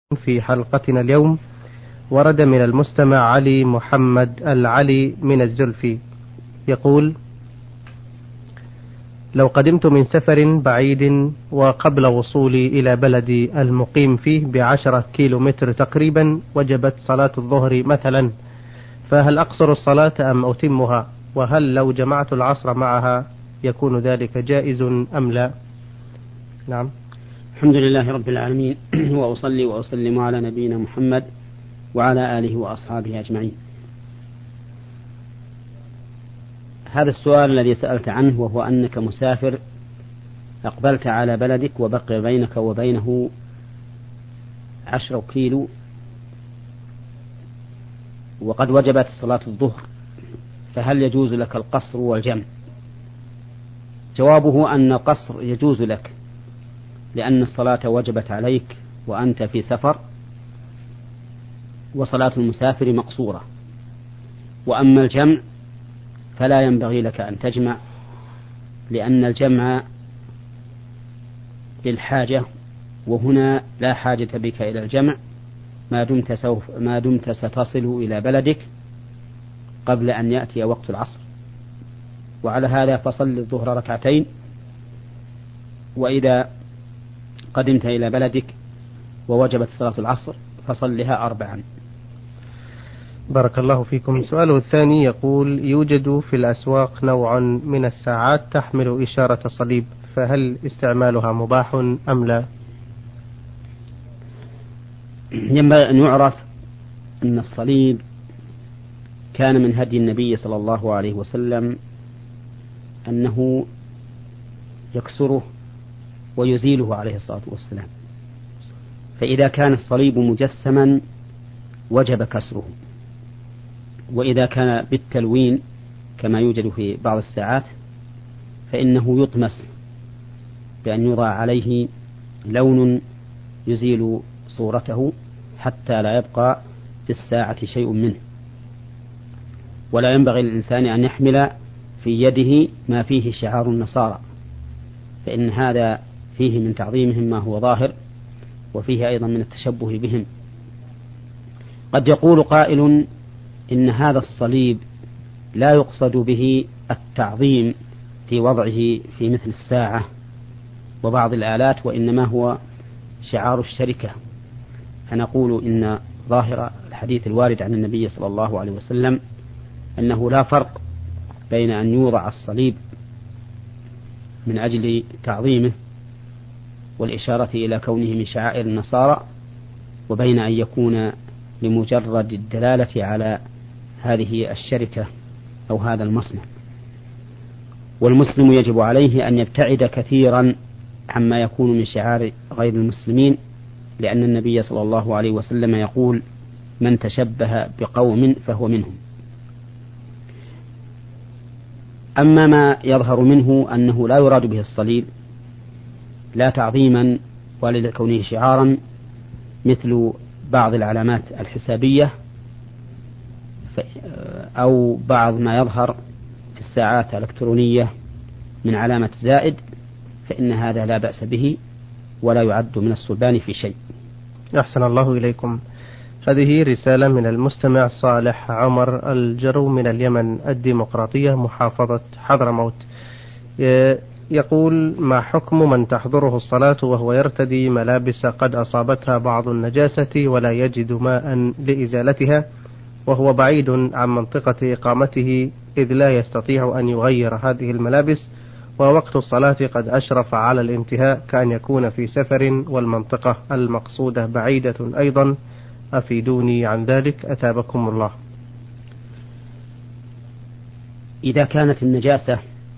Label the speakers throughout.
Speaker 1: في حلقتنا اليوم ورد من المستمع علي محمد العلي من الزلفي يقول: لو قدمت من سفر بعيد وقبل وصولي إلى بلدي المقيم فيه ب10 كيلومتر تقريبا وجبت صلاة الظهر مثلا، فهل أقصر الصلاة أم أتمها؟ وهل لو جمعت العصر معها يكون ذلك جائز أم لا؟ نعم.
Speaker 2: الحمد لله رب العالمين وأصلي وأسلم على نبينا محمد وعلى آله وأصحابه أجمعين. هذا السؤال الذي سألت عنه، وهو أنك مسافر أقبلت على بلدك وبقي بينك وبينه 10 كيلو وقد وجبت صلاة الظهر، فهل يجوز لك القصر والجمع؟ جوابه أن القصر يجوز لك، لأن الصلاة وجبت عليك وأنت في سفر، وصلاة المسافر مقصورة. وأما الجمع فلا ينبغي لك أن تجمع، لأن الجمع بالحاجة، وهنا لا حاجة بك إلى الجمع ما دمت ستصل إلى بلدك قبل أن يأتي وقت العصر. وعلى هذا فصل الظهر ركعتين، وإذا قدمت إلى بلدك ووجبت صلاة العصر فصلها 4.
Speaker 1: بارك الله فيكم. سؤاله الثاني يقول: يوجد في الأسواق نوع من الساعات تحمل إشارة صليب، فهل استعمالها مباح أم لا؟
Speaker 2: ينبغي أن يعرف أن الصليب كان من هدي النبي صلى الله عليه وسلم أنه يكسره ويزيله عليه الصلاة والسلام، فإذا كان الصليب مجسما وجب كسره، وإذا كان بالتلوين كما يوجد في بعض الساعات فإنه يطمس بأن يوضع عليه لون يزيل صورته حتى لا يبقى في الساعة شيء منه. ولا ينبغي للإنسان أن يحمل في يده ما فيه شعار النصارى، فإن هذا فيه من تعظيمهم ما هو ظاهر، وفيه أيضا من التشبه بهم. قد يقول قائل إن هذا الصليب لا يقصد به التعظيم في وضعه في مثل الساعة وبعض الآلات، وإنما هو شعار الشركة. فنقول إن ظاهر الحديث الوارد عن النبي صلى الله عليه وسلم أنه لا فرق بين أن يوضع الصليب من أجل تعظيمه والإشارة إلى كونه من شعائر النصارى، وبين أن يكون لمجرد الدلالة على هذه الشركة أو هذا المصنع. والمسلم يجب عليه أن يبتعد كثيرا عما يكون من شعار غير المسلمين، لأن النبي صلى الله عليه وسلم يقول: من تشبه بقوم فهو منهم. أما ما يظهر منه أنه لا يراد به الصليب لا تعظيما ولا لكونه شعارا، مثل بعض العلامات الحسابية أو بعض ما يظهر في الساعات الإلكترونية من علامة زائد، فإن هذا لا بأس به ولا يعد من الصلبان في شيء.
Speaker 1: أحسن الله إليكم. هذه رسالة من المستمع صالح عمر الجرو من اليمن الديمقراطية محافظة حضرموت، يقول: ما حكم من تحضره الصلاة وهو يرتدي ملابس قد أصابتها بعض النجاسة ولا يجد ماء لإزالتها، وهو بعيد عن منطقة إقامته، إذ لا يستطيع أن يغير هذه الملابس، ووقت الصلاة قد أشرف على الانتهاء، كأن يكون في سفر والمنطقة المقصودة بعيدة أيضا، أفيدوني عن ذلك أتابكم الله.
Speaker 2: إذا كانت النجاسة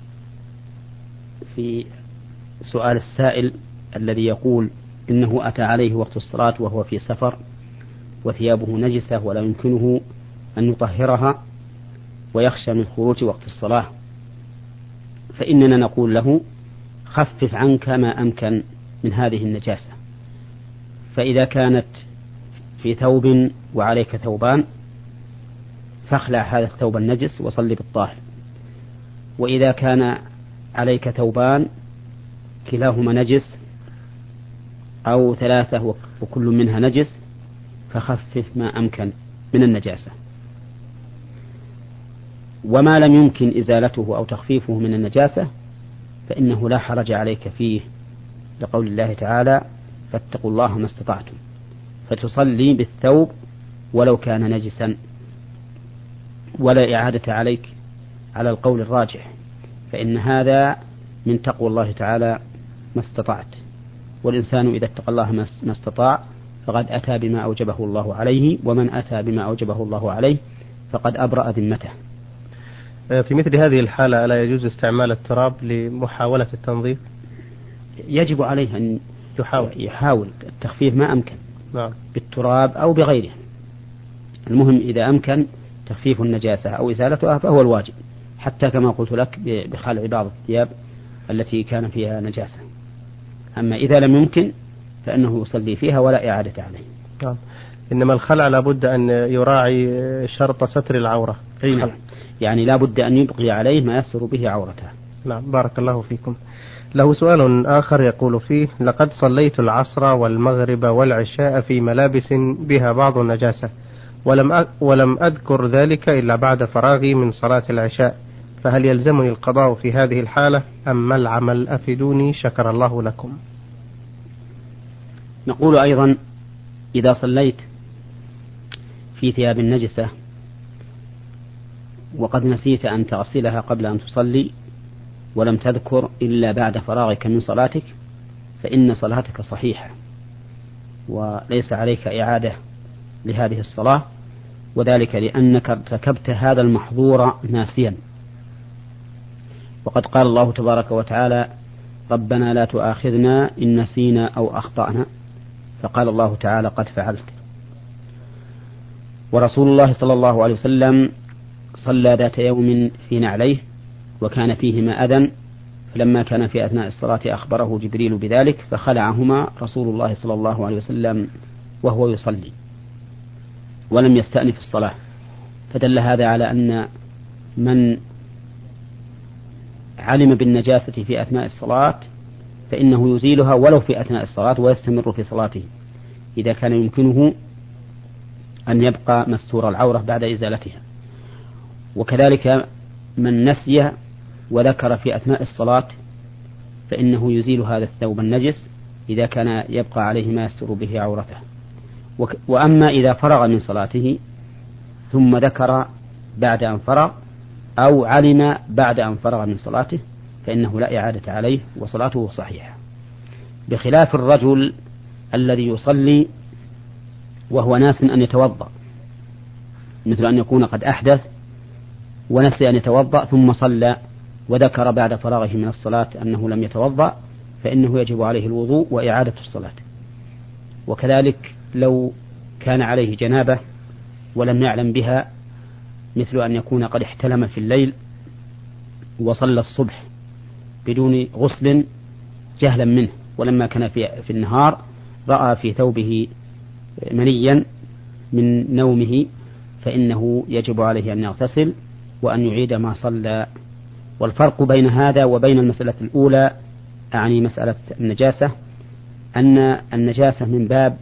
Speaker 2: في سؤال السائل الذي يقول إنه أتى عليه وقت الصلاة وهو في سفر وثيابه نجسة ولا يمكنه أن يطهرها ويخشى من خروج وقت الصلاة، فإننا نقول له: خفف عنك ما أمكن من هذه النجاسة. فإذا كانت في ثوب وعليك ثوبان فاخلع هذا الثوب النجس وصل بالطاهر، وإذا كان عليك ثوبان كلاهما نجس أو 3 وكل منها نجس فخفف ما أمكن من النجاسة. وما لم يمكن إزالته أو تخفيفه من النجاسة فإنه لا حرج عليك فيه، لقول الله تعالى: فاتقوا الله ما استطعتم، فتصلي بالثوب ولو كان نجسا، ولا إعادة عليك على القول الراجح، فإن هذا من تقوى الله تعالى ما استطعت، والإنسان إذا اتقى الله ما استطاع فقد أتى بما أوجبه الله عليه، ومن أتى بما أوجبه الله عليه فقد أبرأ ذمته.
Speaker 1: في مثل هذه الحالة ألا يجوز استعمال التراب لمحاولة التنظيف؟
Speaker 2: يجب عليه أن يحاول التخفيف ما أمكن،
Speaker 1: نعم،
Speaker 2: بالتراب أو بغيره. المهم إذا أمكن تخفيف النجاسة أو إزالتها فهو الواجب، حتى كما قلت لك بخلع بعض الثياب التي كان فيها نجاسة. أما إذا لم يمكن فإنه يصلي فيها ولا إعادة عليه.
Speaker 1: نعم. إنما الخلع لابد أن يراعي شرط ستر العورة.
Speaker 2: نعم. يعني لابد أن يبقي عليه ما يستر به عورته.
Speaker 1: نعم، بارك الله فيكم. له سؤال آخر يقول فيه: لقد صليت العصر والمغرب والعشاء في ملابس بها بعض النجاسة، ولم أذكر ذلك إلا بعد فراغي من صلاة العشاء، فهل يلزمني القضاء في هذه الحالة أم ما العمل؟ أفيدوني شكر الله لكم.
Speaker 2: نقول أيضا: إذا صليت في ثياب نجسة وقد نسيت أن تغسلها قبل أن تصلي ولم تذكر إلا بعد فراغك من صلاتك فإن صلاتك صحيحة وليس عليك إعادة لهذه الصلاة، وذلك لأنك ارتكبت هذا المحظور ناسيا. وقد قال الله تبارك وتعالى: ربنا لا تؤاخذنا إن نسينا أو أخطأنا، فقال الله تعالى: قد فعلت. ورسول الله صلى الله عليه وسلم صلى ذات يوم في نعليه وكان فيهما أذى، فلما كان في أثناء الصلاة أخبره جبريل بذلك فخلعهما رسول الله صلى الله عليه وسلم وهو يصلي ولم يستأنف الصلاة، فدل هذا على أن من علم بالنجاسة في أثناء الصلاة فإنه يزيلها ولو في أثناء الصلاة ويستمر في صلاته إذا كان يمكنه أن يبقى مستور العورة بعد إزالتها. وكذلك من نسي وذكر في أثناء الصلاة فإنه يزيل هذا الثوب النجس إذا كان يبقى عليه ما يستر به عورته. وأما إذا فرغ من صلاته ثم ذكر بعد أن فرغ أو علم بعد أن فرغ من صلاته فإنه لا إعادة عليه وصلاته صحيحة، بخلاف الرجل الذي يصلي وهو ناس أن يتوضأ، مثل أن يكون قد أحدث ونسي أن يتوضأ ثم صلى وذكر بعد فراغه من الصلاة أنه لم يتوضأ فإنه يجب عليه الوضوء وإعادة الصلاة. وكذلك لو كان عليه جنابة ولم يعلم بها، مثل أن يكون قد احتلم في الليل وصلى الصبح بدون غسل جهلا منه، ولما كان في النهار رأى في ثوبه منيا من نومه فإنه يجب عليه أن يغتسل وأن يعيد ما صلى. والفرق بين هذا وبين المسألة الأولى، أعني مسألة النجاسة، أن النجاسة من باب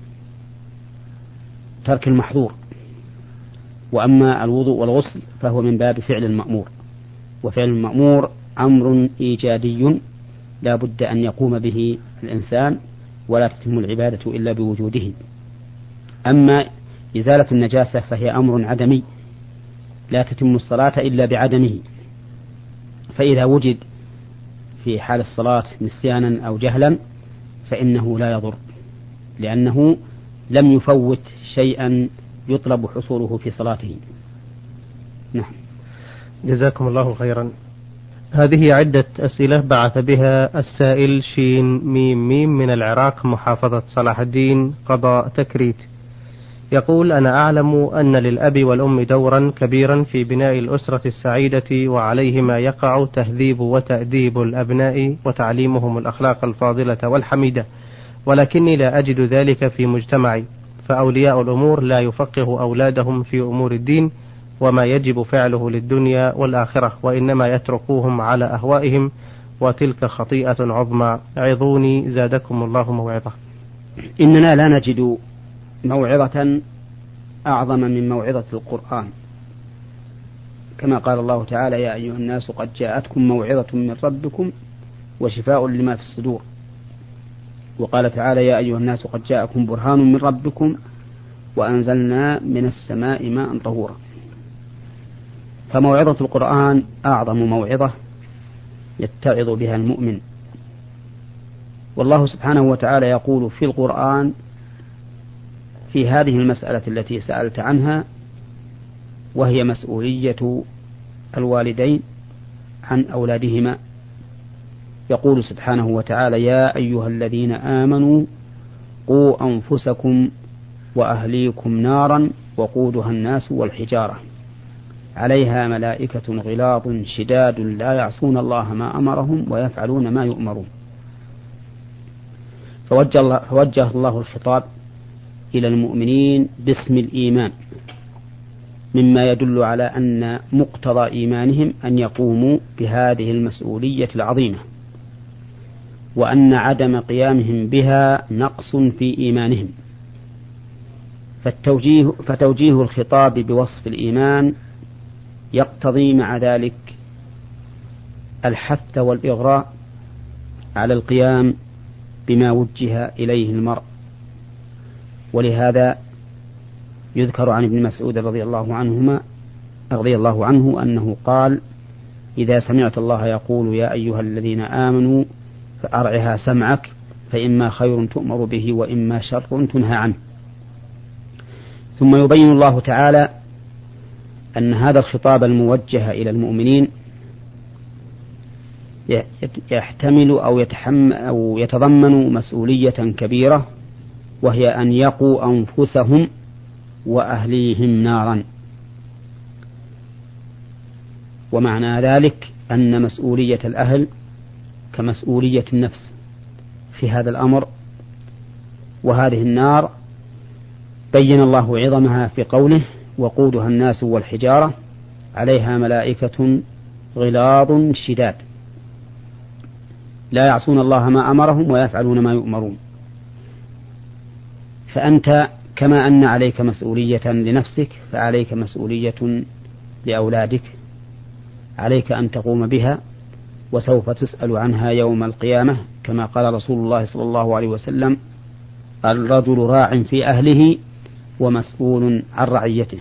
Speaker 2: ترك المحظور، وأما الوضوء والغسل فهو من باب فعل المأمور، وفعل المأمور أمر إيجادي لا بد أن يقوم به الإنسان ولا تتم العبادة إلا بوجوده. أما إزالة النجاسة فهي أمر عدمي لا تتم الصلاة إلا بعدمه، فإذا وجد في حال الصلاة نسيانا أو جهلا فإنه لا يضر، لأنه لم يفوت شيئا يطلب حصوله في صلاته. نعم.
Speaker 1: جزاكم الله خيرا. هذه عدة أسئلة بعث بها السائل شين ميم ميم من العراق محافظة صلاح الدين قضاء تكريت. يقول: أنا أعلم أن للأب والأم دورا كبيرا في بناء الأسرة السعيدة، وعليهما يقع تهذيب وتأديب الأبناء وتعليمهم الأخلاق الفاضلة والحميدة، ولكني لا أجد ذلك في مجتمعي، فأولياء الأمور لا يفقه أولادهم في أمور الدين وما يجب فعله للدنيا والآخرة، وإنما يتركوهم على أهوائهم، وتلك خطيئة عظمى. عظوني زادكم الله موعظة.
Speaker 2: إننا لا نجد موعظة أعظم من موعظة القرآن، كما قال الله تعالى: يا أيها الناس قد جاءتكم موعظة من ربكم وشفاء لما في الصدور. وقال تعالى: يا أيها الناس قد جاءكم برهان من ربكم وأنزلنا من السماء ماء طهورا. فموعظة القرآن أعظم موعظة يتعظ بها المؤمن. والله سبحانه وتعالى يقول في القرآن في هذه المسألة التي سألت عنها، وهي مسؤولية الوالدين عن أولادهما، يقول سبحانه وتعالى: يا أيها الذين آمنوا قوا أنفسكم وأهليكم نارا وقودها الناس والحجارة عليها ملائكة غلاظ شداد لا يعصون الله ما أمرهم ويفعلون ما يؤمرون. فوجه الله الخطاب إلى المؤمنين باسم الإيمان، مما يدل على أن مقتضى إيمانهم أن يقوموا بهذه المسؤولية العظيمة، وأن عدم قيامهم بها نقص في إيمانهم. فتوجيه الخطاب بوصف الإيمان يقتضي مع ذلك الحث والإغراء على القيام بما وجه إليه المرء. ولهذا يذكر عن ابن مسعود رضي الله عنه أنه قال: إذا سمعت الله يقول يا أيها الذين آمنوا فأرعها سمعك فإما خير تؤمر به وإما شر تنهى عنه. ثم يبين الله تعالى أن هذا الخطاب الموجه إلى المؤمنين يحتمل أو يتضمن مسؤولية كبيرة، وهي أن يقوا أنفسهم وأهليهم نارا. ومعنى ذلك أن مسؤولية الأهل كمسؤولية النفس في هذا الأمر. وهذه النار بين الله عظمها في قوله: وقودها الناس والحجارة عليها ملائكة غلاظ شداد لا يعصون الله ما أمرهم ويفعلون ما يؤمرون. فأنت كما أن عليك مسؤولية لنفسك فعليك مسؤولية لأولادك، عليك أن تقوم بها، وسوف تسأل عنها يوم القيامة، كما قال رسول الله صلى الله عليه وسلم: الرجل راع في أهله ومسؤول عن رعيته.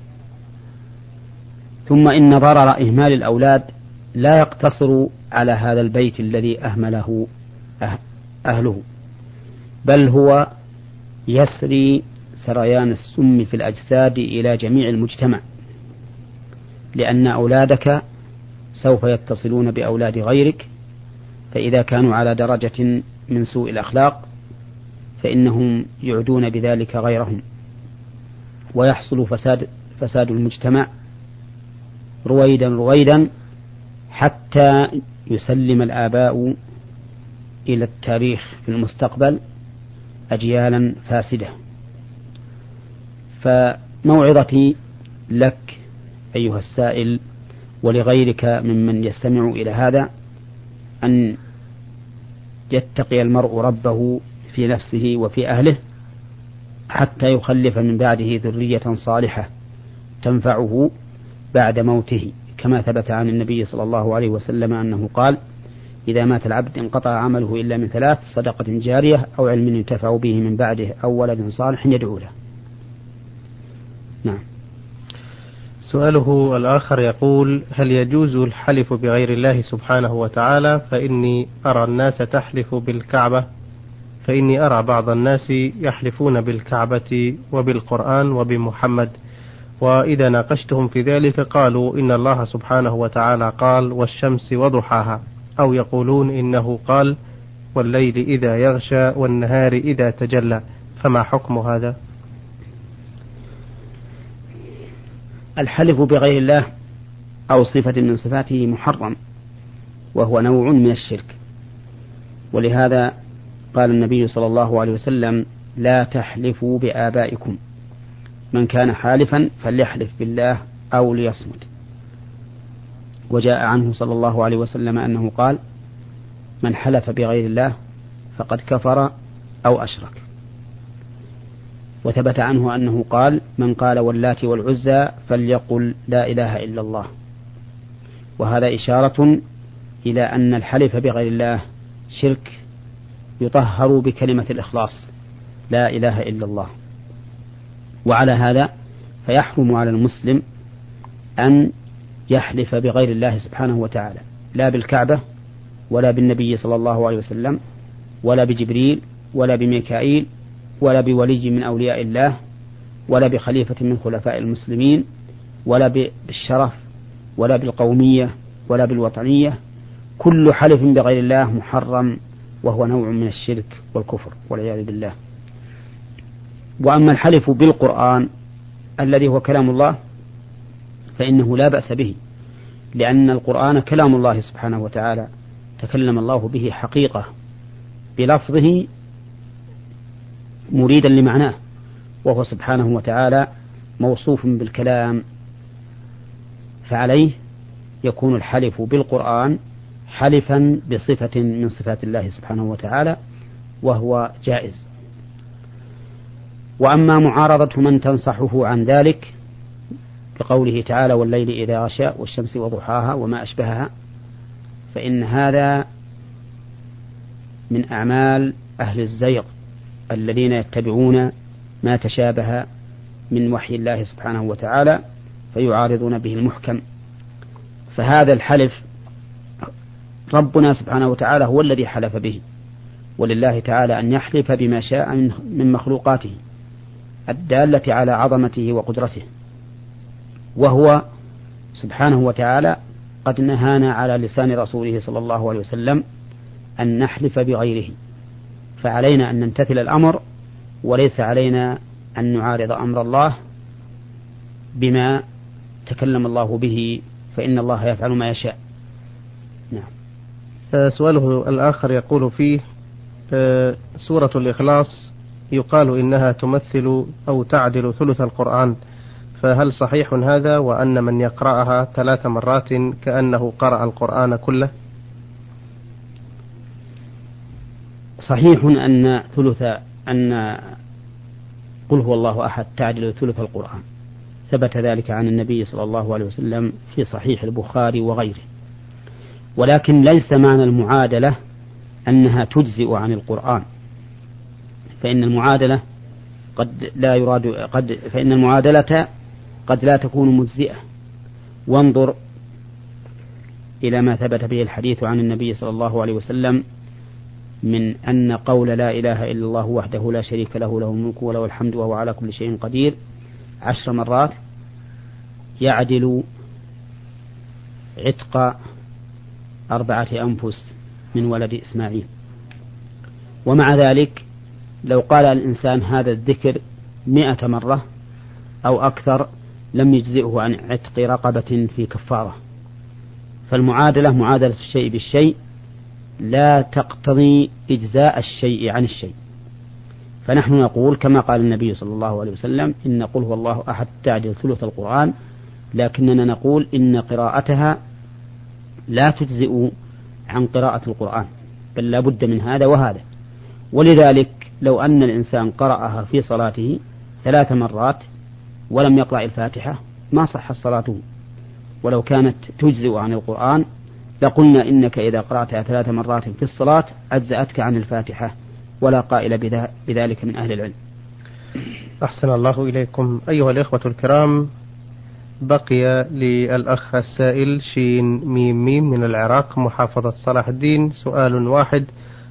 Speaker 2: ثم إن ضرر إهمال الأولاد لا يقتصر على هذا البيت الذي أهمله أهله، بل هو يسري سريان السم في الأجساد إلى جميع المجتمع، لأن أولادك سوف يتصلون بأولاد غيرك، فإذا كانوا على درجة من سوء الأخلاق فإنهم يعدون بذلك غيرهم، ويحصل فساد المجتمع رويدا حتى يسلم الآباء إلى التاريخ في المستقبل أجيالا فاسدة. فموعظتي لك أيها السائل ولغيرك ممن يستمع إلى هذا أن يتقي المرء ربه في نفسه وفي أهله، حتى يخلف من بعده ذرية صالحة تنفعه بعد موته، كما ثبت عن النبي صلى الله عليه وسلم أنه قال: إذا مات العبد انقطع عمله إلا من ثلاث: صدقة جارية أو علم ينتفع به من بعده أو ولد صالح يدعو له. نعم.
Speaker 1: سؤاله الآخر يقول: هل يجوز الحلف بغير الله سبحانه وتعالى؟ فإني أرى بعض الناس يحلفون بالكعبة وبالقرآن وبمحمد، وإذا ناقشتهم في ذلك قالوا إن الله سبحانه وتعالى قال: والشمس وضحاها، أو يقولون إنه قال: والليل إذا يغشى والنهار إذا تجلى، فما حكم هذا؟
Speaker 2: الحلف بغير الله أو صفة من صفاته محرم، وهو نوع من الشرك. ولهذا قال النبي صلى الله عليه وسلم: لا تحلفوا بآبائكم، من كان حالفا فليحلف بالله أو ليصمت. وجاء عنه صلى الله عليه وسلم أنه قال: من حلف بغير الله فقد كفر أو أشرك. وثبت عنه أنه قال: من قال واللات والعزى فليقل لا إله إلا الله. وهذا إشارة إلى أن الحلف بغير الله شرك يطهر بكلمة الإخلاص لا إله إلا الله. وعلى هذا فيحرم على المسلم أن يحلف بغير الله سبحانه وتعالى، لا بالكعبة ولا بالنبي صلى الله عليه وسلم ولا بجبريل ولا بميكائيل ولا بولي من أولياء الله ولا بخليفة من خلفاء المسلمين ولا بالشرف ولا بالقومية ولا بالوطنية. كل حلف بغير الله محرم، وهو نوع من الشرك والكفر والعياذ بالله. وأما الحلف بالقرآن الذي هو كلام الله فإنه لا بأس به، لأن القرآن كلام الله سبحانه وتعالى، تكلم الله به حقيقة بلفظه مريدا لمعناه، وهو سبحانه وتعالى موصوف بالكلام، فعليه يكون الحلف بالقرآن حلفا بصفة من صفات الله سبحانه وتعالى، وهو جائز. وأما معارضة من تنصحه عن ذلك بقوله تعالى: والليل إذا غشى والشمس وضحاها وما أشبهها، فإن هذا من أعمال أهل الزيغ الذين يتبعون ما تشابه من وحي الله سبحانه وتعالى فيعارضون به المحكم. فهذا الحلف ربنا سبحانه وتعالى هو الذي حلف به، ولله تعالى أن يحلف بما شاء من مخلوقاته الدالة على عظمته وقدرته، وهو سبحانه وتعالى قد نهانا على لسان رسوله صلى الله عليه وسلم أن نحلف بغيره، فعلينا أن نمتثل الأمر، وليس علينا أن نعارض أمر الله بما تكلم الله به، فإن الله يفعل ما يشاء. نعم.
Speaker 1: سؤاله الآخر يقول فيه: سورة الإخلاص يقال إنها تمثل أو تعدل ثلث القرآن، فهل صحيح هذا، وأن من يقرأها 3 مرات كأنه قرأ القرآن كله؟
Speaker 2: صحيح أن قل هو الله أحد تعدل ثلث القرآن، ثبت ذلك عن النبي صلى الله عليه وسلم في صحيح البخاري وغيره، ولكن ليس معنى المعادلة أنها تجزئ عن القرآن، فإن المعادلة قد لا تكون مجزئة. وانظر إلى ما ثبت به الحديث عن النبي صلى الله عليه وسلم من أن قول لا إله إلا الله وحده لا شريك له، له الملك وله الحمد وهو على كل شيء قدير 10 مرات يعدل عتق 4 أنفس من ولد إسماعيل. ومع ذلك لو قال الإنسان هذا الذكر 100 مرة أو أكثر لم يجزئه عن عتق رقبة في كفارة. فالمعادلة معادلة الشيء بالشيء لا تقتضي إجزاء الشيء عن الشيء. فنحن نقول كما قال النبي صلى الله عليه وسلم: إن قل هو الله أحد تعدل ثلث القرآن، لكننا نقول إن قراءتها لا تجزئ عن قراءة القرآن، بل لا بد من هذا وهذا. ولذلك لو أن الإنسان قرأها في صلاته 3 مرات ولم يقرأ الفاتحة ما صحت صلاته. ولو كانت تجزئ عن القرآن لقلنا إنك إذا قرأتها 3 مرات في الصلاة أجزأتك عن الفاتحة، ولا قائل بذلك من أهل العلم.
Speaker 1: أحسن الله إليكم. أيها الإخوة الكرام، بقي للأخ السائل شين ميم ميم من العراق محافظة صلاح الدين سؤال واحد